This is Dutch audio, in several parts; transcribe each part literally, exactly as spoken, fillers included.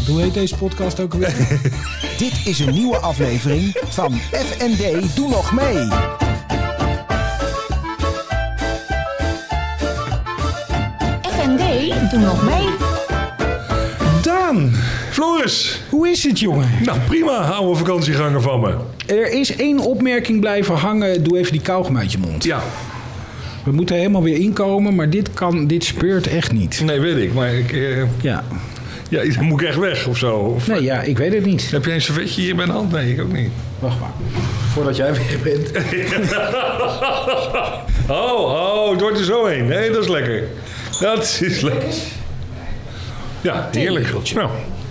Hoe heet deze podcast ook alweer? Dit is een nieuwe aflevering van F N D Doe Nog Mee. F N D Doe Nog Mee. Daan, Floris. Hoe is het, jongen? Nou, prima. Oude vakantieganger van me. Er is één opmerking blijven hangen. Doe even die kauwgom uit je mond. Ja. We moeten helemaal weer inkomen, maar dit, kan, dit speurt echt niet. Nee, weet ik. Maar ik... Eh, Ja. ja, dan moet ik echt weg of zo. Of, Nee, ja, ik weet het niet. Heb jij een servetje hier bij de hand? Nee, ik ook niet. Wacht maar. Voordat jij weg bent. Oh, oh, het wordt er zo heen. Nee, dat is lekker. Dat is lekker. Ja, heerlijk. Nou.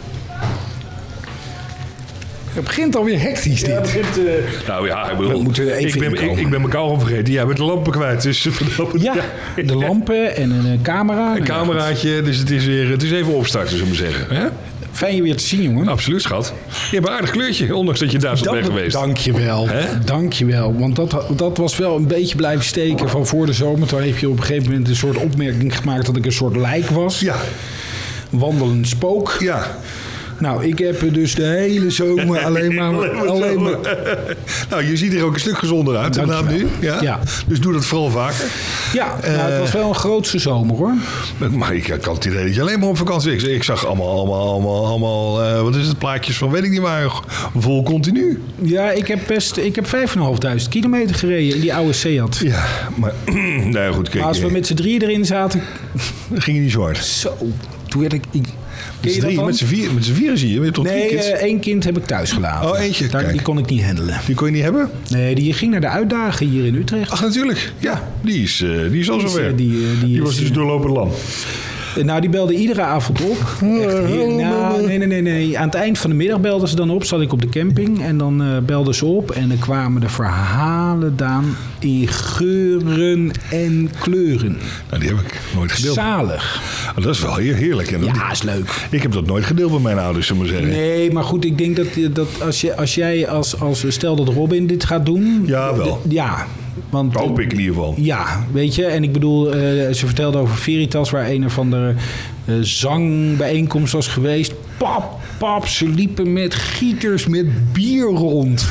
Het begint alweer hectisch, dit. Ja, het begint, uh, nou ja, ik bedoel, We moeten even ik, ben, ik, inkomen. ik ben mijn kauwgom vergeten. Jij bent de lampen kwijt. Dus, Ja, de lampen en een uh, camera. Een cameraatje, dus het is weer, het is even opstarten, zullen we zeggen. Hè? Fijn je weer te zien, jongen. Absoluut, schat. Je hebt een aardig kleurtje, ondanks dat je Duitsland bent geweest. Dankjewel. Hè? Dankjewel. Want dat, dat was wel een beetje blijven steken van voor de zomer. Toen heb je op een gegeven moment een soort opmerking gemaakt dat ik een soort lijk was. Ja, Wandelend spook. ja. Nou, ik heb er dus de hele zomer alleen maar... alleen maar Nou, je ziet er ook een stuk gezonder uit inderdaad nu. Dankjewel. Ja? Ja. Dus doe dat vooral vaker. ja, nou, het was wel een grootste zomer, hoor. Maar ik had het idee dat je alleen maar op vakantie... Ik, ik zag allemaal, allemaal, allemaal, allemaal uh, wat is het, plaatjes van weet ik niet waar, vol continu. Ja, ik heb best... Ik heb vijfduizend kilometer gereden in die oude Seat. Ja, maar... nee, goed, kijk. Maar als we met z'n drieën erin zaten... ging je niet zo hard. Zo, toen werd ik... ik Met z'n drie, met z'n vier, met z'n vieren zie je. Je hebt toch Nee, drie kids? uh, één kind heb ik thuis gelaten. Oh, eentje, Daar, kijk. Die kon ik niet handelen. Die kon je niet hebben? Nee, die ging naar de uitdagen hier in Utrecht. Ach, natuurlijk. Ja, die is, uh, die is al Die is, zover. uh, die, uh, die die is, was dus uh, doorlopend lam. Nou, die belde iedere avond op. Echt heer- nou, nee, nee, nee, nee. Aan het eind van de middag belden ze dan op. Zat ik op de camping. En dan uh, belden ze op. En dan kwamen de verhalen, Daan, in geuren en kleuren. Nou, die heb ik nooit gedeeld. Zalig. Oh, dat is wel heer- heerlijk. En dat- Ja, is leuk. Ik heb dat nooit gedeeld bij mijn ouders, zullen we maar zeggen. Nee, maar goed, ik denk dat, dat als, je, als jij als, als... Stel dat Robin dit gaat doen. Ja, wel. d- Ja. Want, Hoop ik in ieder geval. Ja, weet je. En ik bedoel, uh, ze vertelde over Veritas... waar een of andere uh, zangbijeenkomst was geweest. Pap, pap, ze liepen met gieters met bier rond.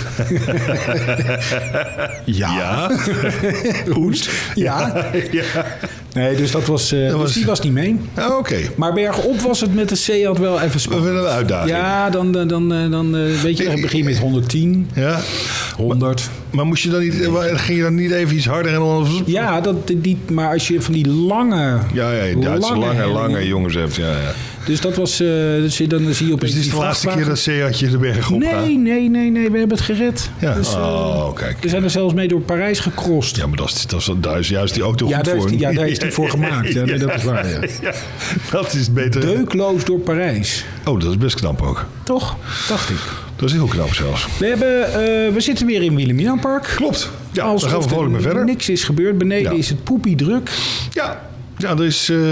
ja. Ja? Goed. Ja. Ja. Nee, dus dat was... Uh, Dat dus was- die was niet mee. Ah, Oké. Maar bergop was het met de Seat wel even We spannend. willen een uitdaging. Ja, dan, dan, dan, dan uh, weet je, dan begin je met honderdtien, Ja? honderd. Maar moest je dan niet, eh, ging je dan niet even iets harder en dan... Ja, dat, die, maar als je van die lange... Ja, ja, Duitse lange, lange, hellingen- jongens hebt. Ja, ja. Dus dat was... Uh, dus je- dan zie je opeens Dus dit is die de laatste keer vrachtwagen. dat Seatje de berg op gaat? Nee, nee, nee, nee, we hebben het gered. Ja. Dus, uh, Oh, kijk. we zijn er zelfs mee door Parijs gecrossed. Ja, maar dat is, dat is, daar is juist die auto Ja, goed daar is voor. die- ja, daar is die voor gemaakt. Ja, nee, dat is waar, ja. Ja, dat is beter. Deukloos door Parijs. Oh, dat is best knap ook. Toch? Dacht ik. Dat is heel knap zelfs. We, hebben, uh, we zitten weer in Wilhelminapark. Klopt. Ja, Alsof daar gaan we er vrolijk mee verder. Niks is gebeurd. Beneden Ja. is het poepie druk. Ja, ja, er is... eh,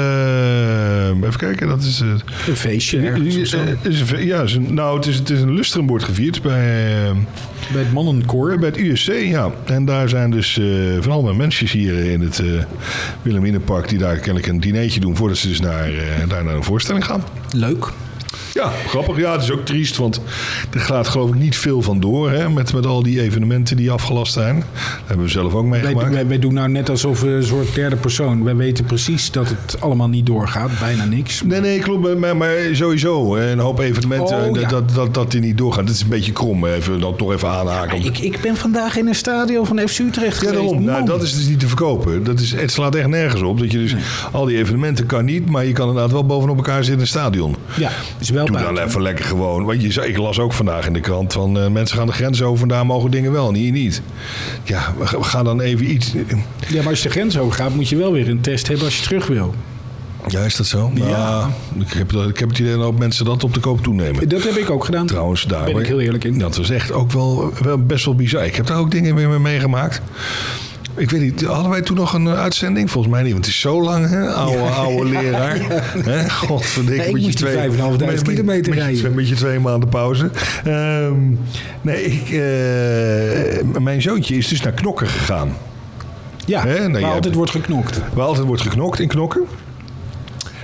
even kijken, dat is... eh, Een feestje ergens of zo. eh, is een, fe- ja, is een- nou, het is, het is een lustrum wordt gevierd bij, eh, Bij het mannenkoor. bij het U S C, ja. En daar zijn dus eh, van allemaal mensen hier in het uh, Wilhelminapark die daar kennelijk een dinertje doen voordat ze dus naar, eh, daar naar een voorstelling gaan. Leuk. Ja, grappig. Ja, het is ook triest, want er gaat geloof ik niet veel van door hè, met, met al die evenementen die afgelast zijn. Dat hebben we zelf ook Wij, meegemaakt. wij, wij doen nou net alsof we een soort derde persoon. Wij weten precies dat het allemaal niet doorgaat. Bijna niks. Nee, nee, klopt. Maar, maar sowieso. hè, Een hoop evenementen, Oh, dat, ja. dat, dat, dat die niet doorgaan. Dat is een beetje krom. Even, dan toch even aanhaken. Ik, ik ben vandaag in een stadion van F C Utrecht Ja, geweest. daarom. Nou, Man. dat is dus niet te verkopen. Dat is, het slaat echt nergens op. Dat je dus al die evenementen kan niet, maar je kan inderdaad wel bovenop elkaar zitten in een stadion. Ja, is wel Doe buiten. dan even lekker gewoon. Want je, zei- ik las ook vandaag in de krant van uh, mensen gaan de grens over en daar mogen dingen wel en hier niet. Ja, we, we gaan dan even iets. Ja, maar als je de grens over gaat, moet je wel weer een test hebben als je terug wil. Ja, is dat zo? Ja. Nou, ik, heb, dat- ik heb het idee dat mensen dat op de koop toenemen. Dat heb ik ook gedaan. Trouwens, daar Daar ben ik heel eerlijk in. Dat was echt ook wel, wel best wel bizar. Ik heb daar ook dingen weer mee meegemaakt. Ik weet niet, hadden wij toen nog een uh, uitzending? Volgens mij niet, want het is zo lang, hè? Oude, oude leraar. Hè? Godverdikke, Nee, ik met je moest die twee- vijfduizend met- met- kilometer met je rijden. twee- Met je twee maanden pauze. Ehm, nee, ik, uh, mijn zoontje is dus naar Knokken gegaan. Ja, Hè? Nee, waar jij altijd hebt- wordt geknokt. Waar altijd wordt geknokt in Knokken.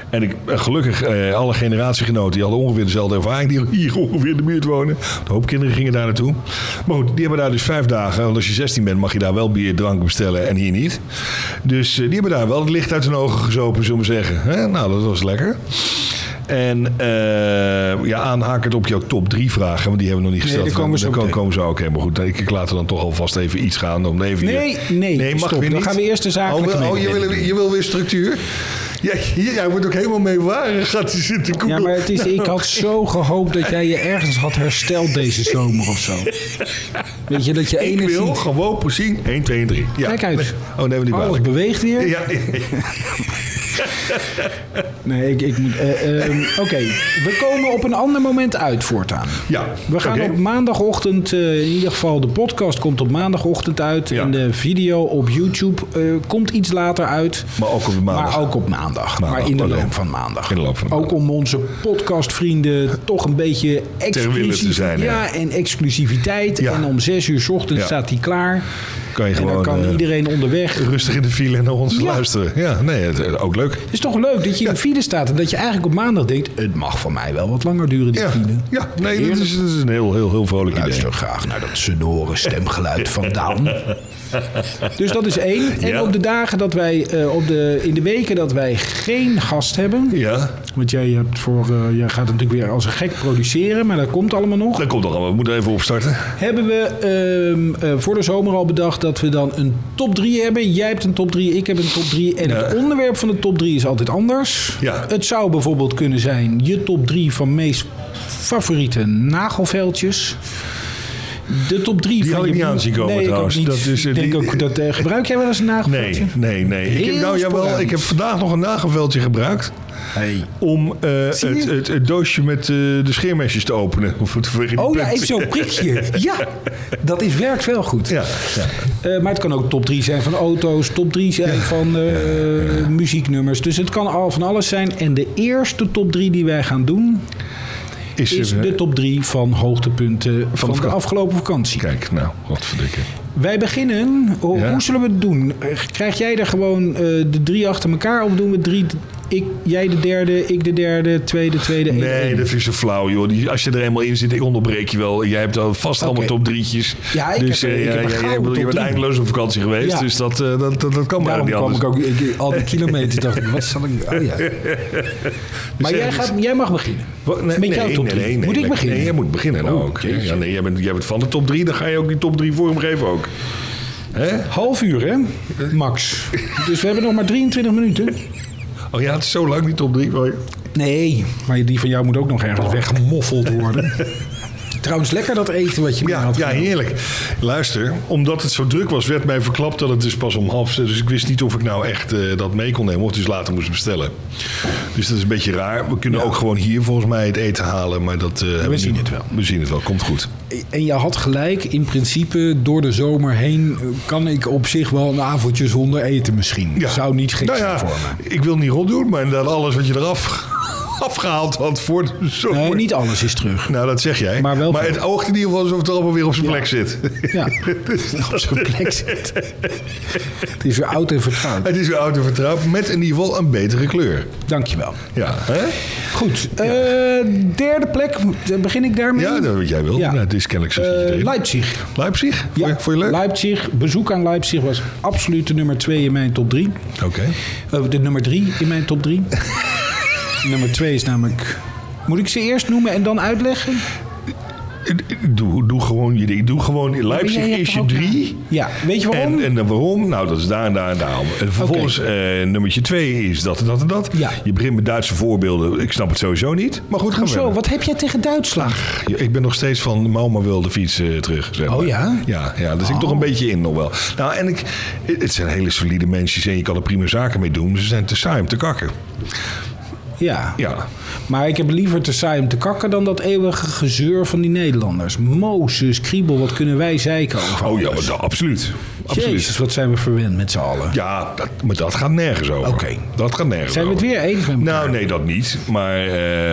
En ik, gelukkig, eh, alle generatiegenoten die hadden ongeveer dezelfde ervaring. Die hier ongeveer in de buurt wonen. Een hoop kinderen gingen daar naartoe. Maar goed, die hebben daar dus vijf dagen. Want als je zestien bent mag je daar wel bier, drank bestellen en hier niet. Dus uh, die hebben daar wel het licht uit hun ogen gezopen, zullen we zeggen. Hè? Nou, dat was lekker. En uh, ja, aanhakend op jouw top drie vragen, want die hebben we nog niet gesteld. Nee, daar komen ze ook. Daar komen ze ook. Oké, maar goed, ik, ik laat er dan toch alvast even iets gaan. Om even nee, nee, nee, mag stop. Weer niet. Dan gaan we eerst de zakelijke Oh, oh je, wil, je wil weer structuur? Ja, hier, jij wordt ook helemaal mee waren. Gaat hij zitten koeken. Ja, maar het is, ik had zo gehoopt dat jij je ergens had hersteld deze zomer of zo. Weet je, dat je ik energie... wil gewoon precies één, twee en drie. Ja. Kijk uit. Oh, nee, we niet alles beweegt weer. Ja. Nee, ik, ik moet... Uh, uh, Oké, okay. We komen op een ander moment uit voortaan. Ja. We gaan okay. op maandagochtend... Uh, in ieder geval de podcast komt op maandagochtend uit. Ja. En de video op YouTube uh, komt iets later uit. Maar ook op maandag. Maar ook op maandag. maandag. Maar in de loop okay. van maandag. In de loop van maandag. Ook om onze podcastvrienden toch een beetje exclusief te zijn. Ja, ja, en exclusiviteit. Ja. En om zes uur 's ochtends ja. staat die klaar. Kan je en gewoon, dan kan uh, iedereen onderweg rustig in de file en naar ons ja. luisteren. Ja, nee, het, ook leuk. Het is toch leuk dat je in de file staat en dat je eigenlijk op maandag denkt... het mag voor mij wel wat langer duren, die ja. file. Ja, nee, dat is, dat is een heel, heel, heel vrolijk idee. Luister graag naar dat sonore stemgeluid van Daan. Dus dat is één. En ja. op de dagen dat wij, uh, op de, in de weken dat wij geen gast hebben... Ja. Want jij, hebt voor, uh, jij gaat natuurlijk weer als een gek produceren, maar dat komt allemaal nog. Dat komt nog allemaal, we moeten even opstarten. Hebben we uh, uh, voor de zomer al bedacht dat we dan een top drie hebben. Jij hebt een top drie, ik heb een top drie. En ja. het onderwerp van de top drie is altijd anders. Ja. Het zou bijvoorbeeld kunnen zijn je top drie van meest favoriete nagelveldjes. De top drie die van had je ik niet aanzien komen nee, trouwens. Ik, dat is, ik denk die... ook dat uh, gebruik jij wel eens een nagelveldje? Nee, nee, nee. Ik heb, nou, jawel, ik heb vandaag nog een nagelveldje gebruikt. Hey. Om uh, het, het, het doosje met uh, de scheermesjes te openen. Of te oh ja, even zo'n prikje. Ja, dat is, werkt wel goed. Ja, ja. Uh, maar het kan ook top drie zijn van auto's. Top drie zijn ja. van uh, ja, ja. muzieknummers. Dus het kan al van alles zijn. En de eerste top drie die wij gaan doen... is, is de top drie van hoogtepunten van, van de afgelopen vakantie. Kijk, nou, wat verdikken. Wij beginnen. Hoe, ja? hoe zullen we het doen? Krijg jij er gewoon uh, de drie achter elkaar? Of doen we drie... Ik, jij de derde, ik de derde, tweede, tweede, één. Nee, dat is zo flauw, joh. Die, als je er eenmaal in zit, ik onderbreek je wel. Jij hebt al vast okay. allemaal top drietjes. Ja, ik dus, heb, uh, ik ja, heb ja, ja, je bent eindeloos op vakantie geweest. Ja. Dus dat, uh, dat, dat, dat kan maar niet anders. Daarom kwam ik ook ik, al die kilometers. dacht ik, wat zal ik... Oh ja. Dus maar jij, gaat, jij mag beginnen. Wat, nee, met jouw nee, top nee, drie. nee, nee, moet nee, ik beginnen? Nee, jij moet beginnen nou oh, ook. Ja, nee, jij, bent, jij bent van de top drie, dan ga je ook die top drie vormgeven ook. Hè? Half uur, hè? Max. Dus we hebben nog maar drieëntwintig minuten. Oh ja, het is zo lang, die top drie. Nee, maar die van jou moet ook nog ergens oh. weggemoffeld worden. Trouwens, lekker dat eten wat je ja, had. Ja, heerlijk. Luister, omdat het zo druk was, werd mij verklapt dat het dus pas om half zes. Dus ik wist niet of ik nou echt uh, dat mee kon nemen of dus later moest bestellen. Dus dat is een beetje raar. We kunnen ja. ook gewoon hier volgens mij het eten halen, maar dat... Uh, we, we zien niet. het wel. We zien het wel, komt goed. En je had gelijk, in principe door de zomer heen kan ik op zich wel een avondje zonder eten misschien. Ja. Zou niet gek nou zijn ja, voor me. Ik wil niet rot doen, maar inderdaad alles wat je eraf... afgehaald had voor de zomer. Nee, niet alles is terug. Nou, dat zeg jij. Maar, wel maar het oogt in ieder geval alsof het allemaal weer op zijn ja. plek zit. Ja, op zijn plek zit. Het is weer oud en vertrouwd. Het is weer oud en vertrouwd, met in ieder geval een betere kleur. Dankjewel. Ja. Hè? Goed. Ja. Uh, derde plek, begin ik daarmee? Ja, dat wat jij wil. Ja. Nou, het is kennelijk zo. Uh, Leipzig. Leipzig? Ja. Vond je, vond je leuk? Leipzig. Bezoek aan Leipzig was absoluut de nummer twee in mijn top drie. Oké. Okay. Uh, de nummer drie in mijn top drie. Nummer twee is namelijk... Moet ik ze eerst noemen en dan uitleggen? Doe, doe gewoon je ding. Doe gewoon... Leipzig is je drie. Ja, weet je waarom? En, en dan waarom? Nou, dat is daar en daar en daar. En vervolgens okay. uh, nummertje twee is dat en dat en dat. Ja. Je begint met Duitse voorbeelden. Ik snap het sowieso niet. Maar goed, gaan we. Hoezo? Wat heb jij tegen Duitsland? Ach, ik ben nog steeds van Mauma wil de fiets uh, terug. Zeg maar. Oh ja? Ja, ja, daar zit ik toch een beetje in nog wel. Nou, en ik... Het zijn hele solide mensen en je kan er prima zaken mee doen. Ze zijn te saai om te kakken. Ja. ja, maar ik heb liever te saai om te kakken dan dat eeuwige gezeur van die Nederlanders. Mozes, kriebel, wat kunnen wij zeiken over Oh alles. ja, maar dat, absoluut. absoluut. Jezus, wat zijn we verwend met z'n allen. Ja, dat, maar dat gaat nergens over. Oké. Okay. Dat gaat nergens zijn over. Zijn we het weer eens met elkaar? Nou, nee, dat niet. Maar uh,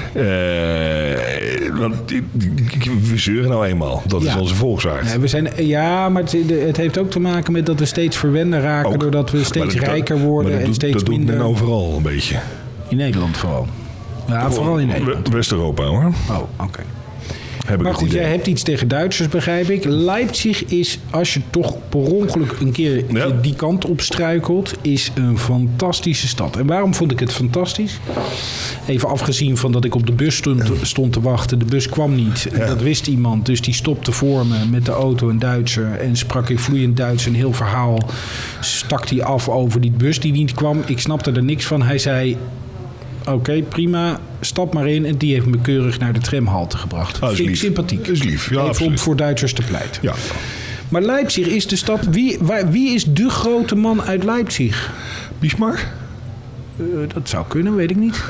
uh, want, we zeuren nou eenmaal. Dat ja. is onze volksaard. Ja, we zijn, ja, maar het, het heeft ook te maken met dat we steeds verwender raken... Ook. doordat we steeds dat, rijker worden dat en doet, steeds dat minder... Dat doet men overal een beetje. In Nederland vooral. Ja, vooral in Nederland. West-Europa hoor. Oh, oké. Okay. Heb maar goed, jij hebt iets tegen Duitsers, begrijp ik. Leipzig is, als je toch per ongeluk een keer ja. die kant op struikelt, is een fantastische stad. En waarom vond ik het fantastisch? Even afgezien van dat ik op de bus stond, stond te wachten. De bus kwam niet. Ja. Dat wist iemand, dus die stopte voor me met de auto, een Duitser. En sprak in vloeiend Duits een heel verhaal. Stak hij af over die bus die niet kwam. Ik snapte er niks van. Hij zei... Oké, okay, prima. Stap maar in. En die heeft me keurig naar de tramhalte gebracht. Oh, Vind ik sympathiek. Is lief. Ja, even om voor Duitsers te pleiten. Ja. Maar Leipzig is de stad... Wie, waar, wie is de grote man uit Leipzig? Bismarck? Uh, dat zou kunnen, weet ik niet.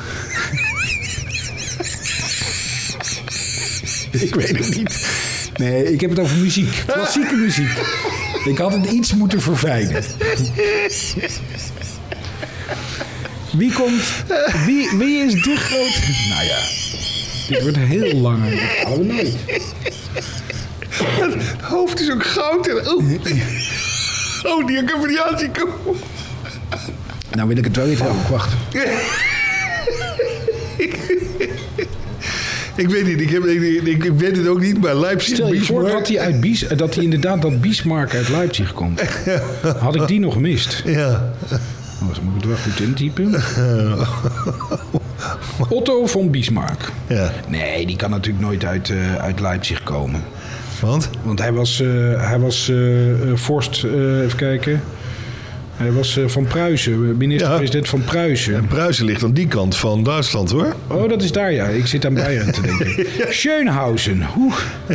ik weet het niet. Nee, ik heb het over muziek. Klassieke muziek. Ik had het iets moeten verfijnen. Wie komt... Wie, wie is de grote... Nou ja, dit wordt heel lang. Dat halen we nooit. Het hoofd is ook goud. En, oh. oh, die kan me niet aanzien komen. Nou wil ik het wel weten. Oh, wacht. Ik weet niet, ik, heb, ik, ik weet het ook niet, maar Leipzig... Stel je voor dat hij, uit Bies, dat hij inderdaad dat Bismarck uit Leipzig komt. Had ik die nog gemist? Ja. Oh, dan moet ik het wel goed intypen. Otto von Bismarck. Ja. Nee, die kan natuurlijk nooit uit, uh, uit Leipzig komen. Want? Want hij was, uh, hij was uh, uh, vorst, uh, even kijken... Hij was uh, van Pruisen, minister-president ja. van Pruisen. En Pruisen ligt aan die kant van Duitsland, hoor. Oh, dat is daar, ja. Ik zit aan Bayern te denken. ja. Schönhausen. Oeh.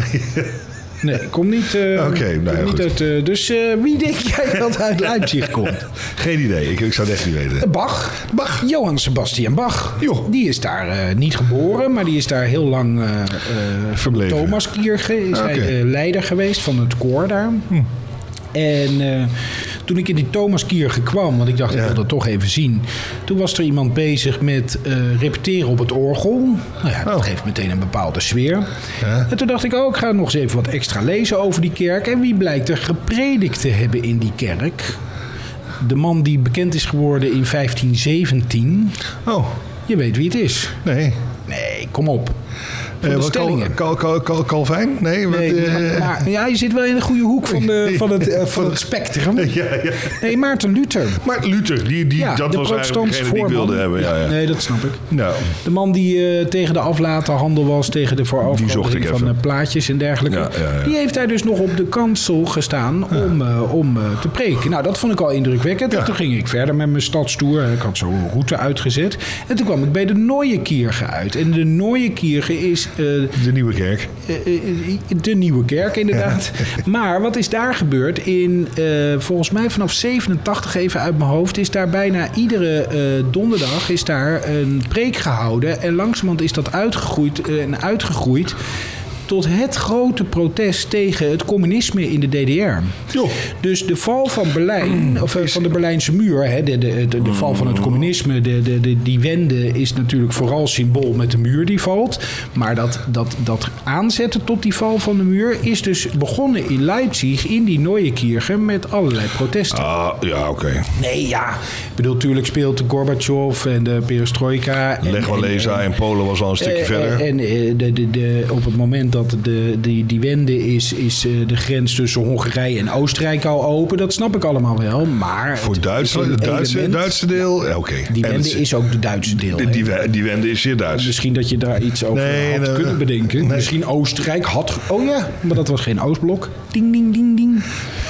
Nee, kom niet, uh, okay, nou ja, niet uit... Uh, dus uh, wie denk jij dat uit Leipzig komt? Geen idee, ik, ik zou het echt niet weten. Bach. Bach. Johann Sebastian Bach. Jo. Die is daar uh, niet geboren, maar die is daar heel lang... Uh, uh, Verbleven. Thomaskirche is okay. hij uh, leider geweest van het koor daar. Hm. En uh, toen ik in die Thomaskirche kwam, want ik dacht, ja. ik wil dat toch even zien. Toen was er iemand bezig met uh, repeteren op het orgel. Nou ja, dat oh. geeft meteen een bepaalde sfeer. Ja. En toen dacht ik, oh, ik ga nog eens even wat extra lezen over die kerk. En wie blijkt er gepredikt te hebben in die kerk? De man die bekend is geworden in vijftien zeventien. Oh. Je weet wie het is. Nee. Nee, kom op. Uh, Cal, Cal, Cal, Cal, Calvijn? Nee, nee wat, uh... maar, ja, je zit wel in de goede hoek van, de, van, het, uh, van het spectrum. Ja, ja. Nee, Maarten Luther. Maarten Luther, die, die, ja, dat was eigenlijk degene die ik wilde hebben. Ja, ja. Nee, dat snap ik. Nou. De man die uh, tegen de aflatenhandel was, tegen de voorovergang van uh, plaatjes en dergelijke. Ja, ja, ja. Die heeft daar dus nog op de kansel gestaan ja. om, uh, om uh, te preken. Nou, dat vond ik al indrukwekkend. Ja. En toen ging ik verder met mijn stadstoer. Ik had zo'n route uitgezet. En toen kwam ik bij de Nooiekirche uit. En de Nooiekirche is... Uh, de nieuwe kerk. De nieuwe kerk, inderdaad. Ja. Maar wat is daar gebeurd? In, uh, volgens mij vanaf zevenentachtig, even uit mijn hoofd... is daar bijna iedere uh, donderdag is daar een preek gehouden. En langzamerhand is dat uitgegroeid uh, en uitgegroeid... tot het grote protest tegen het communisme in de D D R. Jo. Dus de val van Berlijn, of van de Berlijnse muur, hè, de, de, de, de val van het communisme, de, de, de, die wende is natuurlijk vooral symbool met de muur die valt. Maar dat, dat, dat aanzetten tot die val van de muur is dus begonnen in Leipzig, in die Nooiekirche, met allerlei protesten. Ah, ja, oké. Okay. Nee, ja. Ik bedoel, natuurlijk speelt de Gorbachev en de perestroika. Lech Walesa in Polen was al een stukje uh, verder. En uh, de, de, de, op het moment dat de, die, die wende is, is uh, de grens tussen Hongarije en Oostenrijk al open. Dat snap ik allemaal wel. Maar voor Duitsland, het Duitse, element, Duitse deel? Ja, oké. Die wende het, is ook de Duitse deel. Die, die, die wende is zeer Duits. Misschien dat je daar iets over nee, had nee, kunnen bedenken. Nee. Misschien Oostenrijk had... Oh ja, maar dat was geen Oostblok. Ding, ding, ding, ding.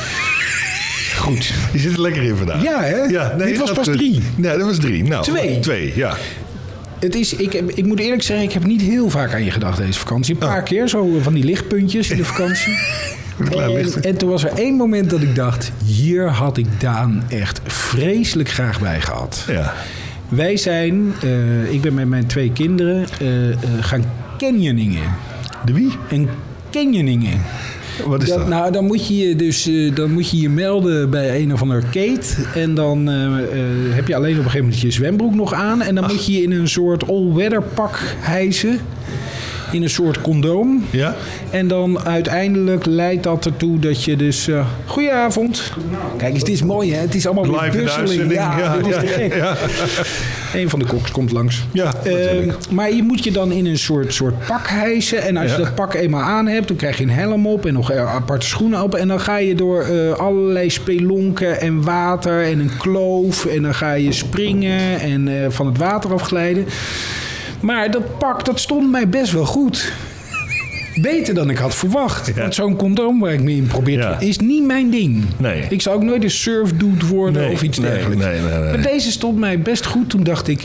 Goed. Je zit er lekker in vandaag. Ja, hè? Ja, nee, dit was pas drie. Nee, dat was drie. Nou, twee. Twee, ja. Het is, ik, ik moet eerlijk zeggen, ik heb niet heel vaak aan je gedacht deze vakantie. Een paar oh. keer, zo van die lichtpuntjes in de vakantie. en, en toen was er één moment dat ik dacht... hier had ik Daan echt vreselijk graag bij gehad. Ja. Wij zijn, uh, ik ben met mijn twee kinderen uh, uh, gaan canyoningen. De wie? Een canyoningen. Wat is dat? dat? Nou, dan moet je je dus uh, dan moet je je melden bij een of ander kate. En dan uh, uh, heb je alleen op een gegeven moment je zwembroek nog aan. En dan Ach. moet je je in een soort all-weather pak hijsen. in een soort condoom. Ja? En dan uiteindelijk leidt dat ertoe dat je dus... Uh, goedenavond. Kijk, het is mooi hè. Het is allemaal Live weer buzzeling. Ja, ja, dit is ja, te gek. ja. Een van de koks komt langs. Ja, uh, maar je moet je dan in een soort, soort pak hijsen. En als ja. je dat pak eenmaal aan hebt, dan krijg je een helm op en nog aparte schoenen op. En dan ga je door uh, allerlei spelonken en water en een kloof. En dan ga je springen en uh, van het water afglijden. Maar dat pak, dat stond mij best wel goed. Beter dan ik had verwacht. Ja. Want zo'n condoom waar ik me in probeer te... Ja. is niet mijn ding. Nee. Ik zou ook nooit een surfdude worden nee, of iets nee, dergelijks. Nee, nee, nee. Maar deze stond mij best goed. Toen dacht ik...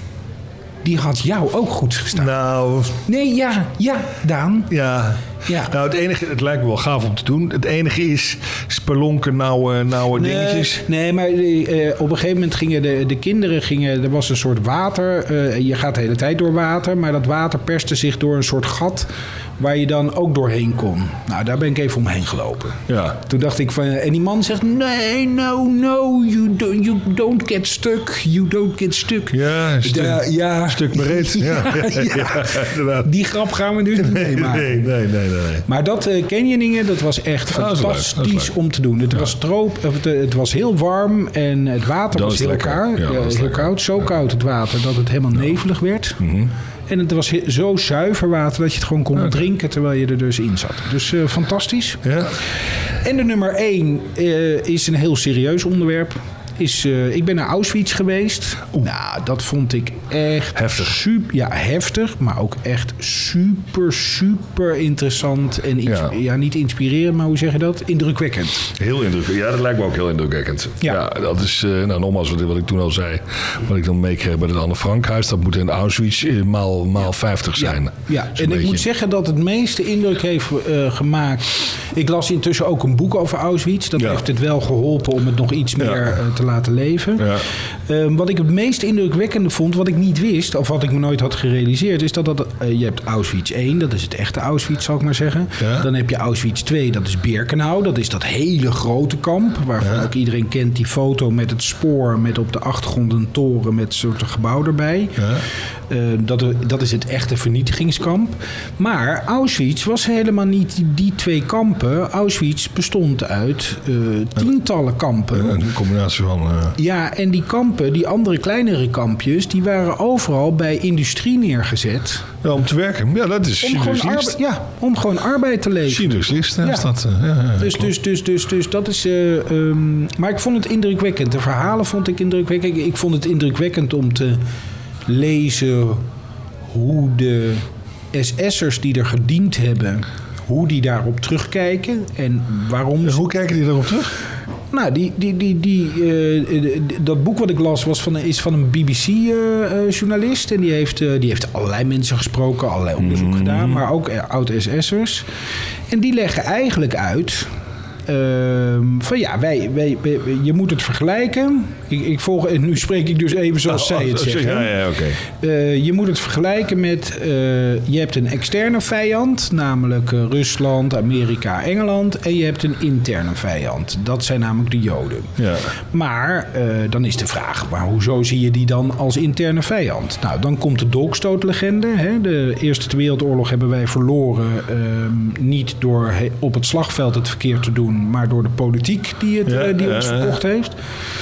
Die had jou ook goed gestaan. Nou... Nee, ja, ja, Daan. Ja. Ja. Nou, het enige... Het lijkt me wel gaaf om te doen. Het enige is spelonken, nauwe, nauwe nee, dingetjes. Nee, maar uh, op een gegeven moment gingen de, de kinderen... Gingen, er was een soort water. Uh, je gaat de hele tijd door water. Maar dat water perste zich door een soort gat... waar je dan ook doorheen kon. Nou, daar ben ik even omheen gelopen. Ja. Toen dacht ik van... En die man zegt... Nee, no, no. You don't, you don't get stuck. You don't get stuck. Ja, een stuk, da, ja. stuk bereid. Ja, ja, ja, ja, die grap gaan we dus niet nee, meemaken. Nee, nee, nee, nee. Maar dat uh, canyoningen, dat was echt oh, fantastisch dat is leuk, om te doen. Het, ja. was troop, het, het was heel warm en het water dat was heel, koud, ja, uh, heel koud. Zo ja. koud het water dat het helemaal ja. nevelig werd. Mm-hmm. En het was he- zo zuiver water dat je het gewoon kon okay. drinken terwijl je er dus in zat. Dus uh, fantastisch. Ja. En de nummer één uh, is een heel serieus onderwerp. Is, uh, ik ben naar Auschwitz geweest. Oeh. Nou, dat vond ik echt heftig. Super, ja, heftig, maar ook echt super, super interessant. En ins- ja. ja, niet inspirerend, maar hoe zeg je dat? Indrukwekkend. Heel indrukwekkend. Ja, dat lijkt me ook heel indrukwekkend. Ja, ja dat is, uh, nou nogmaals wat, wat ik toen al zei. Wat ik dan meekreeg bij het Anne Frankhuis. Dat moet in Auschwitz uh, maal, maal vijftig zijn. Ja, ja. en beetje. Ik moet zeggen dat het meeste indruk heeft uh, gemaakt. Ik las intussen ook een boek over Auschwitz. Dat ja. heeft het wel geholpen om het nog iets meer ja. uh, te laten leven. Ja. Uh, wat ik het meest indrukwekkende vond, wat ik niet wist, of wat ik me nooit had gerealiseerd, is dat, dat uh, je hebt Auschwitz één, dat is het echte Auschwitz, zal ik maar zeggen. Ja. Dan heb je Auschwitz twee, dat is Birkenau, dat is dat hele grote kamp, waarvan ja. ook iedereen kent die foto met het spoor, met op de achtergrond een toren met een soort gebouw erbij. Ja. Uh, dat, dat is het echte vernietigingskamp. Maar Auschwitz was helemaal niet die, die twee kampen. Auschwitz bestond uit uh, tientallen kampen. Ja, een combinatie van... Uh... Ja, en die kampen, die andere kleinere kampjes, die waren overal bij industrie neergezet. Ja, om te werken. Ja, dat is om gewoon, arbe- ja, om gewoon arbeid te leveren. Schindler's List, ja. Is dat, uh, ja, ja, dus, dus, dus, dus, dus dat is... Uh, um, maar ik vond het indrukwekkend. De verhalen vond ik indrukwekkend. Ik vond het indrukwekkend om te lezen hoe de S S'ers die er gediend hebben, hoe die daarop terugkijken en waarom... En hoe kijken die daarop terug? Nou, die, die, die, die, uh, dat boek wat ik las was van, is van een B B C-journalist. Uh, en die heeft, uh, die heeft allerlei mensen gesproken, allerlei onderzoek mm. gedaan, maar ook uh, oud-S S'ers. En die leggen eigenlijk uit... Uh, van ja, wij, wij, wij, je moet het vergelijken. Ik, ik volg, en nu spreek ik dus even zoals oh, zij het zeggen. Ja, ja, okay. uh, je moet het vergelijken met... Uh, je hebt een externe vijand, namelijk uh, Rusland, Amerika, Engeland. En je hebt een interne vijand. Dat zijn namelijk de Joden. Ja. Maar uh, dan is de vraag, maar hoezo zie je die dan als interne vijand? Nou, dan komt de dolkstootlegende. Hè? De Eerste Wereldoorlog hebben wij verloren. Uh, niet door he, op het slagveld het verkeerd te doen, maar door de politiek die, het, ja, die ons ja, verkocht ja. heeft.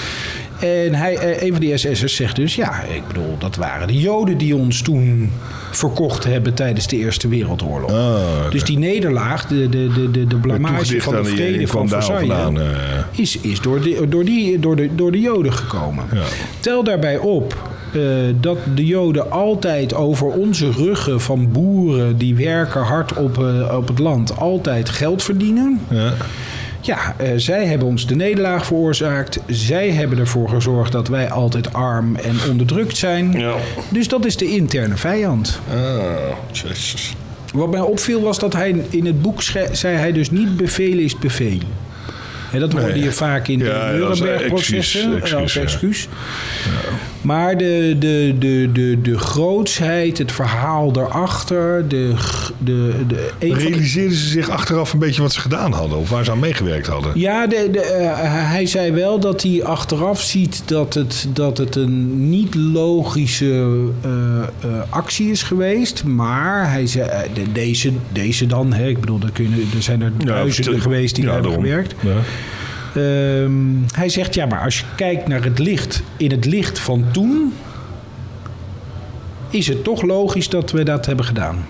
En hij, een van die S S'ers zegt dus... ja, ik bedoel, dat waren de Joden die ons toen verkocht hebben tijdens de Eerste Wereldoorlog. Oh, okay. Dus die nederlaag, de, de, de, de, de blamage van de vrede van Versailles... Vandaan, uh, is, is door, de, door, die, door, de, door de Joden gekomen. Ja. Tel daarbij op... Uh, dat de Joden altijd over onze ruggen van boeren... die werken hard op, uh, op het land, altijd geld verdienen... Ja. Ja, uh, zij hebben ons de nederlaag veroorzaakt. Zij hebben ervoor gezorgd dat wij altijd arm en onderdrukt zijn. Ja. Dus dat is de interne vijand. Oh, jezus. Wat mij opviel was dat hij in het boek schre- zei hij dus niet bevelen is bevelen. En dat hoorde Nee. je vaak in de Ja, als Nuremberg-processen excuus, als excuus, excuus. Maar de, de, de, de, de grootsheid, het verhaal daarachter, de, de, de, een van de- Realiseerden ze zich achteraf een beetje wat ze gedaan hadden? Of waar ze aan meegewerkt hadden? Ja, de, de, uh, hij zei wel dat hij achteraf ziet dat het, dat het een niet logische uh, uh, actie is geweest. Maar hij zei, uh, de, deze, deze dan, hè, ik bedoel, er, kunnen, er zijn er duizenden vertel- geweest die ja, hebben daarom. gewerkt. Ja. Um, hij zegt, ja, maar als je kijkt naar het licht, in het licht van toen, is het toch logisch dat we dat hebben gedaan.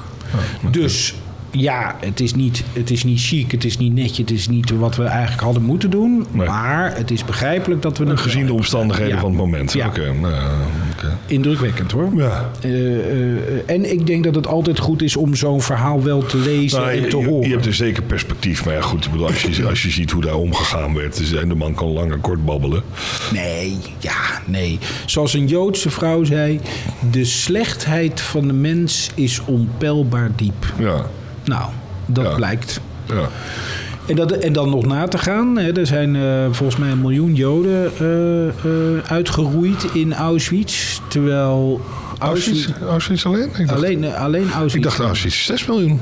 Dus ja, het is, niet, het is niet chic, het is niet netje, het is niet wat we eigenlijk hadden moeten doen. Nee. Maar het is begrijpelijk dat we het... Gezien de omstandigheden Ja. van het moment. Ja. Oké, nou, oké. Indrukwekkend hoor. Ja. Uh, uh, en ik denk dat het altijd goed is om zo'n verhaal wel te lezen Nou, en te je, horen. je hebt er zeker perspectief. Maar ja, goed, ik bedoel, als, je, als je ziet hoe daar omgegaan werd. Dus, en de man kan lang en kort babbelen. Nee, ja, nee. Zoals een Joodse vrouw zei, de slechtheid van de mens is onpeilbaar diep. Ja, Nou, dat Ja. blijkt. ja. En, dat, en dan nog na te gaan. Hè, er zijn uh, volgens mij een miljoen Joden uh, uh, uitgeroeid in Auschwitz. Terwijl Auschwitz, Auschwitz alleen? Ik dacht, alleen, uh, alleen Auschwitz. ik dacht Auschwitz zes miljoen.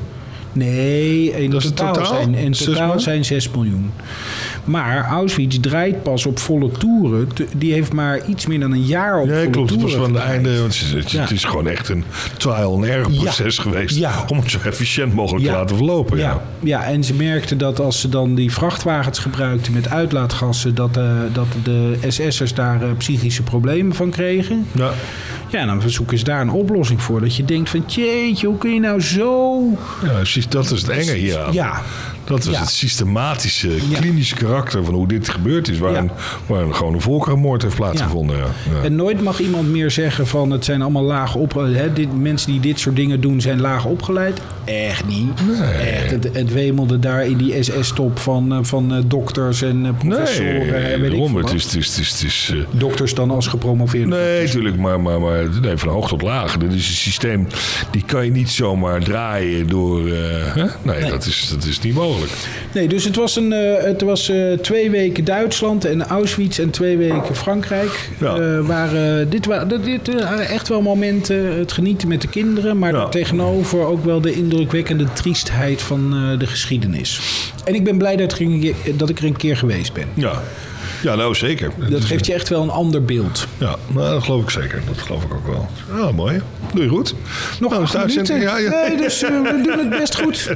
Nee, in Dat is het totaal, totaal? zijn, in Zes totaal miljoen? zijn zes miljoen. Maar Auschwitz draait pas op volle toeren. Te- Die heeft maar iets meer dan een jaar op Ja, volle klopt. Het was toeren van het gedraaid. einde. Want het, is, Ja. het is gewoon echt een trial and error proces Ja. geweest. Ja. Om het zo efficiënt mogelijk te Ja. laten verlopen. Ja. Ja, ja, en ze merkten dat als ze dan die vrachtwagens gebruikten met uitlaatgassen, dat, uh, dat de S S'ers daar uh, psychische problemen van kregen. Ja. Ja, dan zoeken ze daar een oplossing voor. Dat je denkt van, jeetje, hoe kun je nou zo... Ja, precies, dat is het enge hier aan. Ja, Dat is Ja. het systematische, Ja. klinische karakter van hoe dit gebeurd is. Waar, Ja. een, waar een, gewoon een volkerenmoord heeft plaatsgevonden. Ja. Ja. En nooit mag iemand meer zeggen van het zijn allemaal laag opgeleid. Mensen die dit soort dingen doen zijn laag opgeleid. Echt niet. Nee. Echt, het, het wemelde daar in die S S-top van, uh, van uh, dokters en uh, professoren. Nee, en weet ik daarom, veel het wat. is... Het is, het is, het is uh, Dokters dan als gepromoveerde. nee, natuurlijk, maar, maar, maar nee, van hoog tot laag. Dit is een systeem, die kan je niet zomaar draaien door... Uh, hè? Nee, Nee. Dat, is, dat is niet mogelijk. Nee, dus het was, een, uh, het was uh, twee weken Duitsland en Auschwitz en twee weken Frankrijk. Ja. Uh, waren, dit, waren, dit waren echt wel momenten, het genieten met de kinderen, maar Ja. tegenover ook wel de indrukwekkende triestheid van uh, de geschiedenis. En ik ben blij dat, ik- dat ik er een keer geweest ben. Ja, ja nou zeker. Dat geeft je echt wel een ander beeld. Ja, nou, dat geloof ik zeker. Dat geloof ik ook wel. Ja, mooi. Doe je goed. Nog Nou, acht is de uitzending- minuten. Ja, ja. Nee, dus uh, we doen het best goed.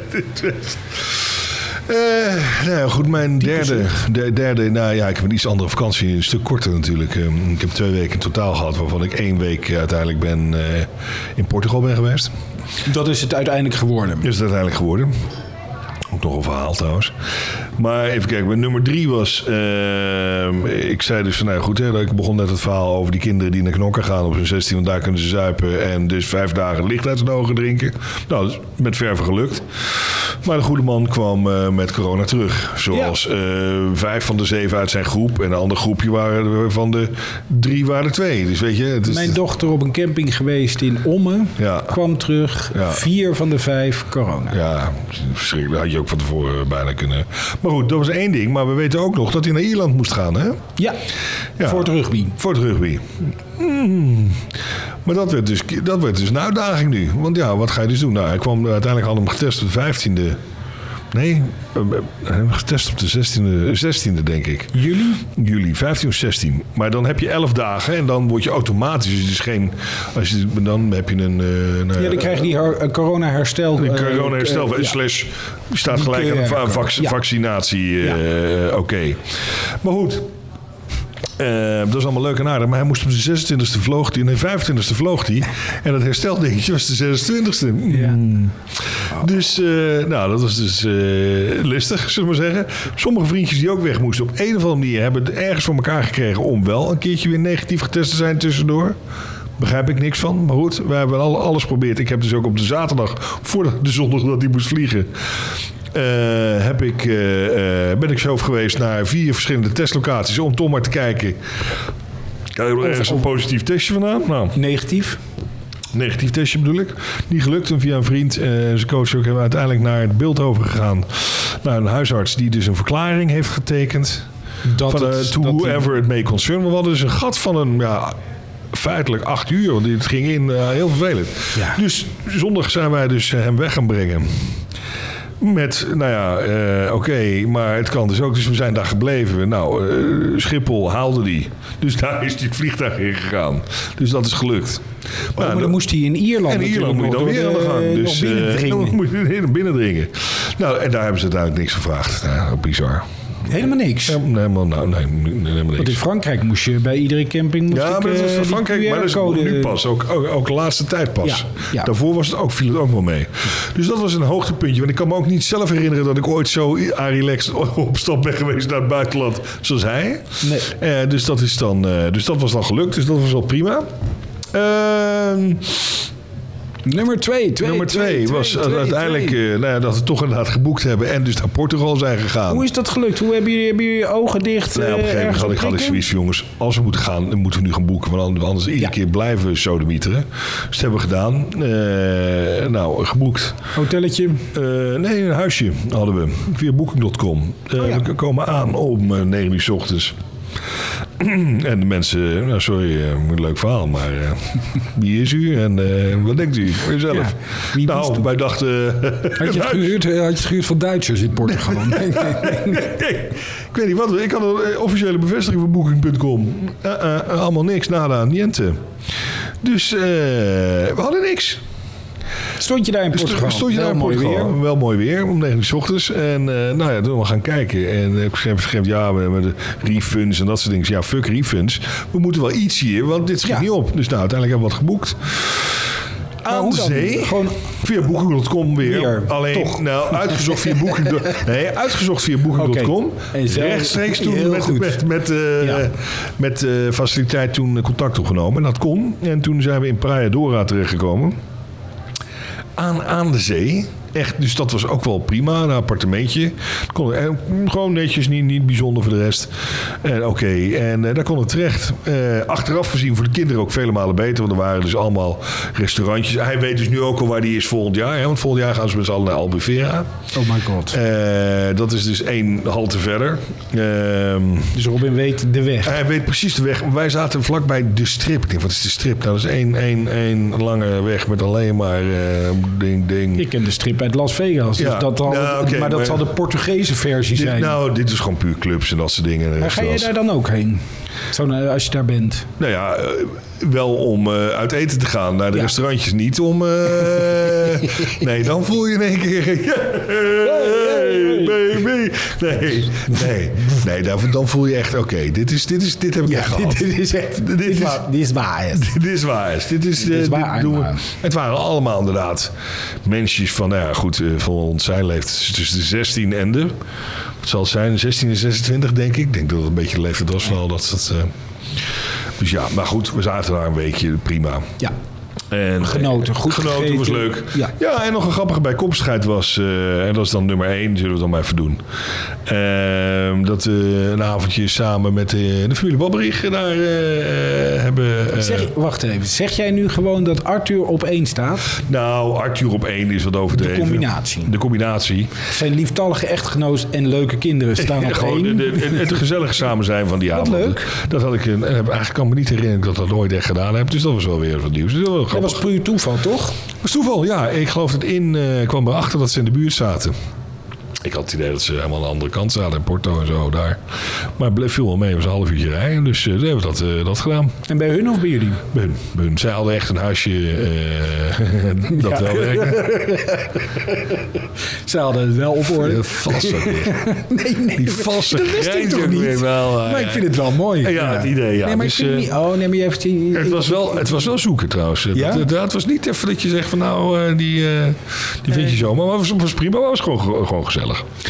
Eh, nou ja, goed, mijn derde, de, derde, nou ja, ik heb een iets andere vakantie, een stuk korter natuurlijk. Eh, ik heb twee weken in totaal gehad, waarvan ik één week eh, uiteindelijk ben eh, in Portugal ben geweest. Dat is het uiteindelijk geworden. Is het uiteindelijk geworden. Ook nog een verhaal trouwens. Maar even kijken, mijn nummer drie was... eh, ik zei dus van, nou goed, hè, dat ik begon net het verhaal over die kinderen die naar knokken gaan op hun zestien, want daar kunnen ze zuipen en dus vijf dagen licht uit hun ogen drinken. Nou, dat is met verve gelukt. Maar de goede man kwam uh, met corona terug. Zoals ja. uh, vijf van de zeven uit zijn groep. En een ander groepje waren van de drie waren er twee. Dus weet je, het is Mijn dochter op een camping geweest in Ommen. Ja. Kwam terug. Ja. Vier van de vijf corona. Ja, verschrikkelijk. Had je ook van tevoren bijna kunnen. Maar goed, dat was één ding. Maar we weten ook nog dat hij naar Ierland moest gaan, hè? Ja, ja. voor het rugby. Voor het rugby. Mm. Maar dat werd, dus, dat werd dus een uitdaging nu. Want ja, wat ga je dus doen? Nou, hij kwam uiteindelijk had hem getest op de vijftiende. Nee, hij heeft getest op de zestiende, zestiende denk ik. Juli? Juli, vijftien of zestien. Maar dan heb je elf dagen en dan word je automatisch. Dus geen, als je, dan heb je een... Uh, nou, ja, dan krijg je die her, uh, corona-herstel. Een corona-herstel. Uh, uh, slash, ja. staat die gelijk aan va- vac- ja. vaccinatie. Uh, ja. uh, Oké. Okay. Maar goed. Uh, dat is allemaal leuk en aardig. Maar hij moest op de zesentwintigste vloog hij. Nee, vijfentwintigste vloog hij. En dat hersteldingetje was de zesentwintigste. Ja. Mm. Dus, uh, nou, dat was dus uh, listig, zullen we maar zeggen. Sommige vriendjes die ook weg moesten op een of andere manier hebben het ergens voor elkaar gekregen om wel een keertje weer negatief getest te zijn tussendoor. Begrijp ik niks van. Maar goed, we hebben alles geprobeerd. Ik heb dus ook op de zaterdag, voor de zondag dat hij moest vliegen, Uh, heb ik, uh, uh, ben ik zo geweest naar vier verschillende testlocaties om toch maar te kijken. Krijg je er ergens een positief testje vandaan? Nou. Negatief. Negatief testje bedoel ik. Niet gelukt. En via een vriend en uh, zijn coach ook hebben we uiteindelijk naar het Beeldhoven gegaan. Naar een huisarts die dus een verklaring heeft getekend. Dat van, uh, to whoever it may concern. We hadden dus een gat van een... Ja, feitelijk acht uur. Want het ging in uh, heel vervelend. Ja. Dus zondag zijn wij dus uh, hem weg gaan brengen. Met, nou ja, uh, oké, okay, maar het kan dus ook. Dus we zijn daar gebleven. Nou, uh, Schiphol haalde die. Dus daar is hij het vliegtuig in gegaan. Dus dat is gelukt. Oh, maar, maar dan moest hij in Ierland. En in Ierland moet je dan weer aan de gang. Dus uh, dan moet je binnendringen. Nou, en daar hebben ze uiteindelijk niks gevraagd. Nou, bizar. Helemaal niks? Ja, helemaal, nou, nee, helemaal niks. Want in Frankrijk moest je bij iedere camping... Moest ja, maar dat was in Frankrijk, maar dat is nu pas. Ook, ook, ook de laatste tijd pas. Ja, ja. Daarvoor was het ook, viel het ook wel mee. Dus dat was een hoogtepuntje. Want ik kan me ook niet zelf herinneren dat ik ooit zo aan relaxed op stap ben geweest naar het buitenland zoals hij. Nee. Uh, dus, dat is dan, uh, dus dat was dan gelukt. Dus dat was wel prima. Uh, Nummer twee. twee Nummer twee, twee was twee, uiteindelijk twee. Uh, nou ja, dat we toch inderdaad geboekt hebben en dus naar Portugal zijn gegaan. Hoe is dat gelukt? Hoe hebben jullie, hebben jullie je ogen dicht? Nou, op een gegeven moment had ik, had ik zoiets, jongens, als we moeten gaan, dan moeten we nu gaan boeken. Want anders iedere ja. keer blijven we sodemieteren. Dus dat hebben we gedaan. Uh, nou, geboekt. Hotelletje? Uh, nee, een huisje hadden we. Via booking punt com. Uh, oh, ja. We komen aan om uh, negen uur 's ochtends. En de mensen, nou sorry, uh, een leuk verhaal, maar uh, wie is u en uh, wat denkt u voor jezelf? Ja, nou, wij dachten... Uh, had, je het gehuurd, had je het gehuurd van Duitsers in Portugal? Nee, nee, nee, nee. nee, ik weet niet wat, ik had een officiële bevestiging van booking punt com. Uh, uh, allemaal niks, nada, niente. Dus uh, we hadden niks. Stond je daar in Portugal? Stond je daar in Portugal? Mooi weer. Wel mooi weer, om negen uur 's ochtends. En uh, nou ja, toen we gaan kijken. En op een gegeven moment, ja, met de refunds en dat soort dingen. Ja, fuck refunds. We moeten wel iets hier, want dit schiet ja. niet op. Dus nou, uiteindelijk hebben we wat geboekt. Aan de zee. Gewoon via booking punt com weer. weer. Alleen, toch? Nou, uitgezocht via booking. Nee, uitgezocht via booking punt com. Okay. Rechtstreeks toen met, met, met, uh, ja. met uh, faciliteit toen contact opgenomen. En dat kon. En toen zijn we in Praia Dora terechtgekomen. Aan, aan de zee. Echt, dus dat was ook wel prima. Een appartementje. Kon, eh, gewoon netjes, niet, niet bijzonder voor de rest. En oké, okay. en eh, daar kon het terecht. Eh, achteraf gezien voor de kinderen ook vele malen beter. Want er waren dus allemaal restaurantjes. Hij weet dus nu ook al waar die is volgend jaar. Hè, want volgend jaar gaan ze met z'n allen naar Albufeira. Oh my god. Uh, dat is dus één halte verder. Uh, dus Robin weet de weg. Hij weet precies de weg. Wij zaten vlakbij de strip. Ik denk, wat is de strip? Nou, dat is één, één, één lange weg met alleen maar uh, ding, ding. Ik ken de strip uit Las Vegas. Dus ja. dat al, nou, okay, maar dat maar, zal de Portugese versie dit, zijn. Nou, dit is gewoon puur clubs en dat soort dingen. Maar ga je daar dan ook heen? Zo, als je daar bent? Nou ja, uh, wel om uh, uit eten te gaan. Naar de ja. restaurantjes niet om... Uh, nee, dan voel je in één keer... baby. Nee, nee, nee dan, dan voel je echt... Oké, okay, dit, is, dit, is, dit heb ik ja, echt gehad. Dit is echt... Dit, dit, is, waar, dit is waar. Dit is waar. Dit is, dit is waar. Dit doen, het waren allemaal inderdaad mensjes van... Nou ja, goed, voor ons zijn leeftijd tussen de zestien en de... Het zal zijn zestien en zesentwintig, denk ik. Ik denk dat het een beetje de leeftijd was wel. Dat, dat, uh, dus ja, maar goed, we zaten daar een weekje, prima. Ja. En, genoten, goed genoten, gegeten. Was leuk. Ja. ja, en nog een grappige bijkomstigheid was, uh, en dat is dan nummer één, zullen we dan maar even doen. Uh, dat we een avondje samen met de, de familie Babberich daar uh, hebben... Uh, zeg, wacht even, zeg jij nu gewoon dat Arthur op één staat? Nou, Arthur op één is wat overdreven. De combinatie. De combinatie. Zijn lieftallige echtgenoot en leuke kinderen staan ja, op gewoon één. De, de, het gezellige samen zijn van die avond. Wat leuk. Dat had ik, en eigenlijk kan me niet herinneren dat ik dat ooit echt gedaan heb. Dus dat was wel weer wat nieuws. Dus dat, dat was puur toeval, toch? Dat was toeval, ja. Ik geloof dat in uh, kwam erachter dat ze in de buurt zaten. Ik had het idee dat ze helemaal aan de andere kant zaten, in Porto en zo daar. Maar het bleef veel wel mee, het was een half uurtje rijden. Dus uh, toen hebben we dat, uh, dat gedaan. En bij hun of bij jullie? Bij hun. Bij hun. Zij hadden echt een huisje uh, dat wel werkte. Zij hadden het wel op orde. Ja, vast ook weer. nee, nee. Die valse grijns ook weer wel. Uh, maar ik vind het wel mooi. Ja, ja. Het idee, ja. Nee, maar dus, ik vind uh, niet... Oh, nee, maar je heeft die... Het was wel, het was wel zoeken trouwens. Ja? Dat, dat, het was niet even dat je zegt van nou, uh, die, uh, die vind je zo. Maar het was, was prima, maar het was gewoon, gewoon gezellig.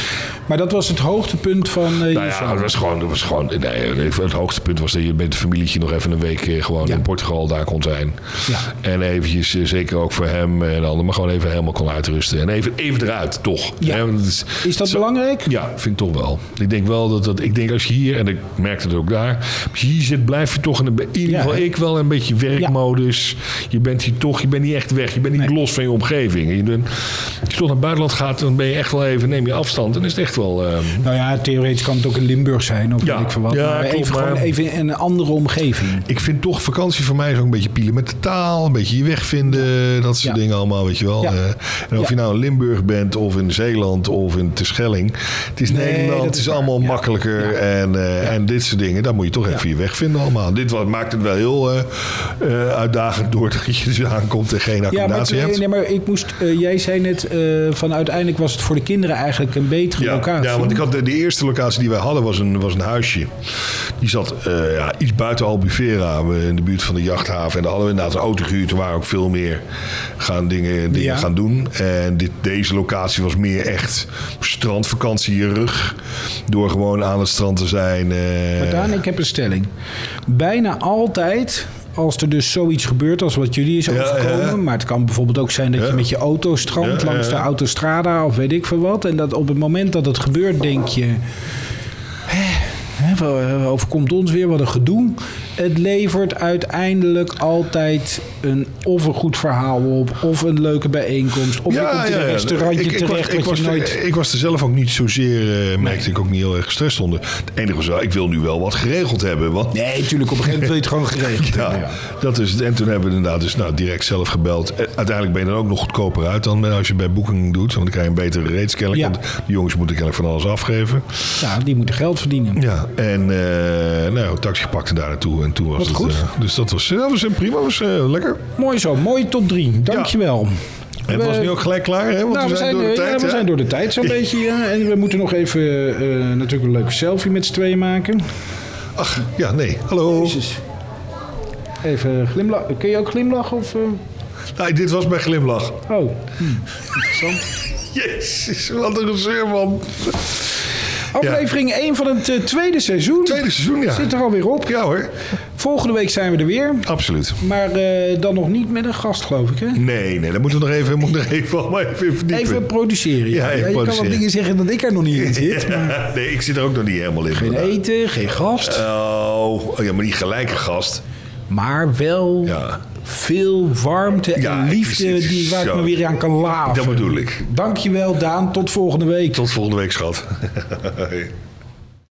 Maar dat was het hoogtepunt van uh, je Nou ja, het was gewoon, het was gewoon nee, het hoogtepunt was dat je met het familietje nog even een week uh, gewoon Ja. in Portugal daar kon zijn. Ja. En eventjes, uh, zeker ook voor hem en de ander, maar gewoon even helemaal kon uitrusten. En even, even eruit, toch. Ja. Hè, want het is, Is dat zo- belangrijk? Ja, vind ik toch wel. Ik denk wel dat, dat ik denk als je hier, en ik merkte het ook daar, als je hier zit, blijf je toch in, een, in ieder Ja, geval hè? ik wel een beetje werkmodus. Je bent hier toch, je bent niet echt weg. Je bent niet Nee. los van je omgeving. Je bent, als je toch naar het buitenland gaat, dan ben je echt wel even, neem je afstand. Dan is het echt wel... Uh, Nou ja, theoretisch kan het ook in Limburg zijn of Ja. weet ik veel wat. Ja, maar klopt, even, maar- gewoon even in een andere omgeving. Ik vind toch vakantie voor mij ook een beetje pielen met de taal. Een beetje je weg vinden. Dat soort Ja. dingen allemaal, weet je wel. Ja. Uh, en of Ja. je nou in Limburg bent of in Zeeland of in Terschelling. Het is Nee, Nederland, dat het is is waar. allemaal Ja. makkelijker. Ja. En, uh, en dit soort dingen, daar moet je toch even je weg vinden allemaal. Dit wat, maakt het wel heel uh, uh, uitdagend doordat je dus aankomt en geen Ja, maar, accommodatie hebt. nee, maar ik moest, uh, jij zei net, uh, van uiteindelijk was het voor de kinderen eigenlijk een betere Ja, locatie. ja, want ik had de, de eerste locatie die wij hadden was een, was een huisje. Die zat uh, ja, iets buiten Albufeira, in de buurt van de jachthaven. En daar hadden we inderdaad een auto gehuurd. Er waren ook veel meer gaan dingen, dingen Ja. gaan doen. En dit, deze locatie was meer echt strandvakantierig. Door gewoon aan het strand te zijn. Uh, Maar Daan, ik heb een stelling. Bijna altijd, als er dus zoiets gebeurt als wat jullie is Ja, overkomen... ja. maar het kan bijvoorbeeld ook zijn dat Ja. je met je auto strandt Ja, ja, langs de ja. autostrada of weet ik veel wat... en dat op het moment dat het gebeurt denk je... Hè, hè, wat overkomt ons weer, wat een gedoe. Het levert uiteindelijk altijd een, of een goed verhaal op... of een leuke bijeenkomst, of je komt in een restaurantje Ik- ik terecht... was, ik, wat was je er, nooit... ik was er zelf ook niet zozeer, uh, merkte ik ook niet heel erg gestrest onder. Het enige was wel, ik wil nu wel wat geregeld hebben. Want Nee, natuurlijk, op een gegeven moment wil je het gewoon geregeld hebben. ja, Ja. dat is het. En toen hebben we inderdaad dus nou, direct zelf gebeld. Eh, Uiteindelijk ben je dan ook nog goedkoper uit dan als je bij Booking doet. Want dan krijg je een betere rates kennelijk. Ja. Want de jongens moeten kennelijk van alles afgeven. Ja, die moeten geld verdienen. Ja, en uh, nou, een taxi pakte daar naartoe. En toen was Wat het goed. Uh, dus dat was, dat was prima, was uh, lekker. Mooi zo, mooie top drie. Dankjewel. En het was We- nu ook gelijk klaar, hè? Want Nou, we zijn door de eh, tijd. ja, we hè? zijn door de tijd zo'n beetje. Ja. En we moeten nog even uh, natuurlijk een leuke selfie met z'n tweeën maken. Ach, ja, nee. Hallo. Jezus. Even glimlachen. Kun je ook glimlachen? Of, uh... Nou, dit was mijn glimlach. Oh, hm. interessant. Jezus, wat een gezeur, man. Aflevering één van het uh, tweede seizoen. Tweede seizoen, ja. Zit er alweer op. Ja hoor, Volgende week zijn we er weer. absoluut. Maar uh, dan nog niet met een gast, geloof ik, hè? Nee, nee, dan moeten we nog even, moet nog even, allemaal even in verdiepen. Even produceren. Ja, even je kan produceren. wel dingen zeggen dat ik er nog niet in zit. Maar Ja, nee, ik zit er ook nog niet helemaal in. geen eten, geen gast. Oh, oh ja, maar niet gelijke gast. Maar wel Ja. veel warmte Ja, en liefde het is die, waar ik zo. me weer aan kan laven. Dat bedoel ik. Dankjewel, Daan. Tot volgende week. Tot volgende week, schat.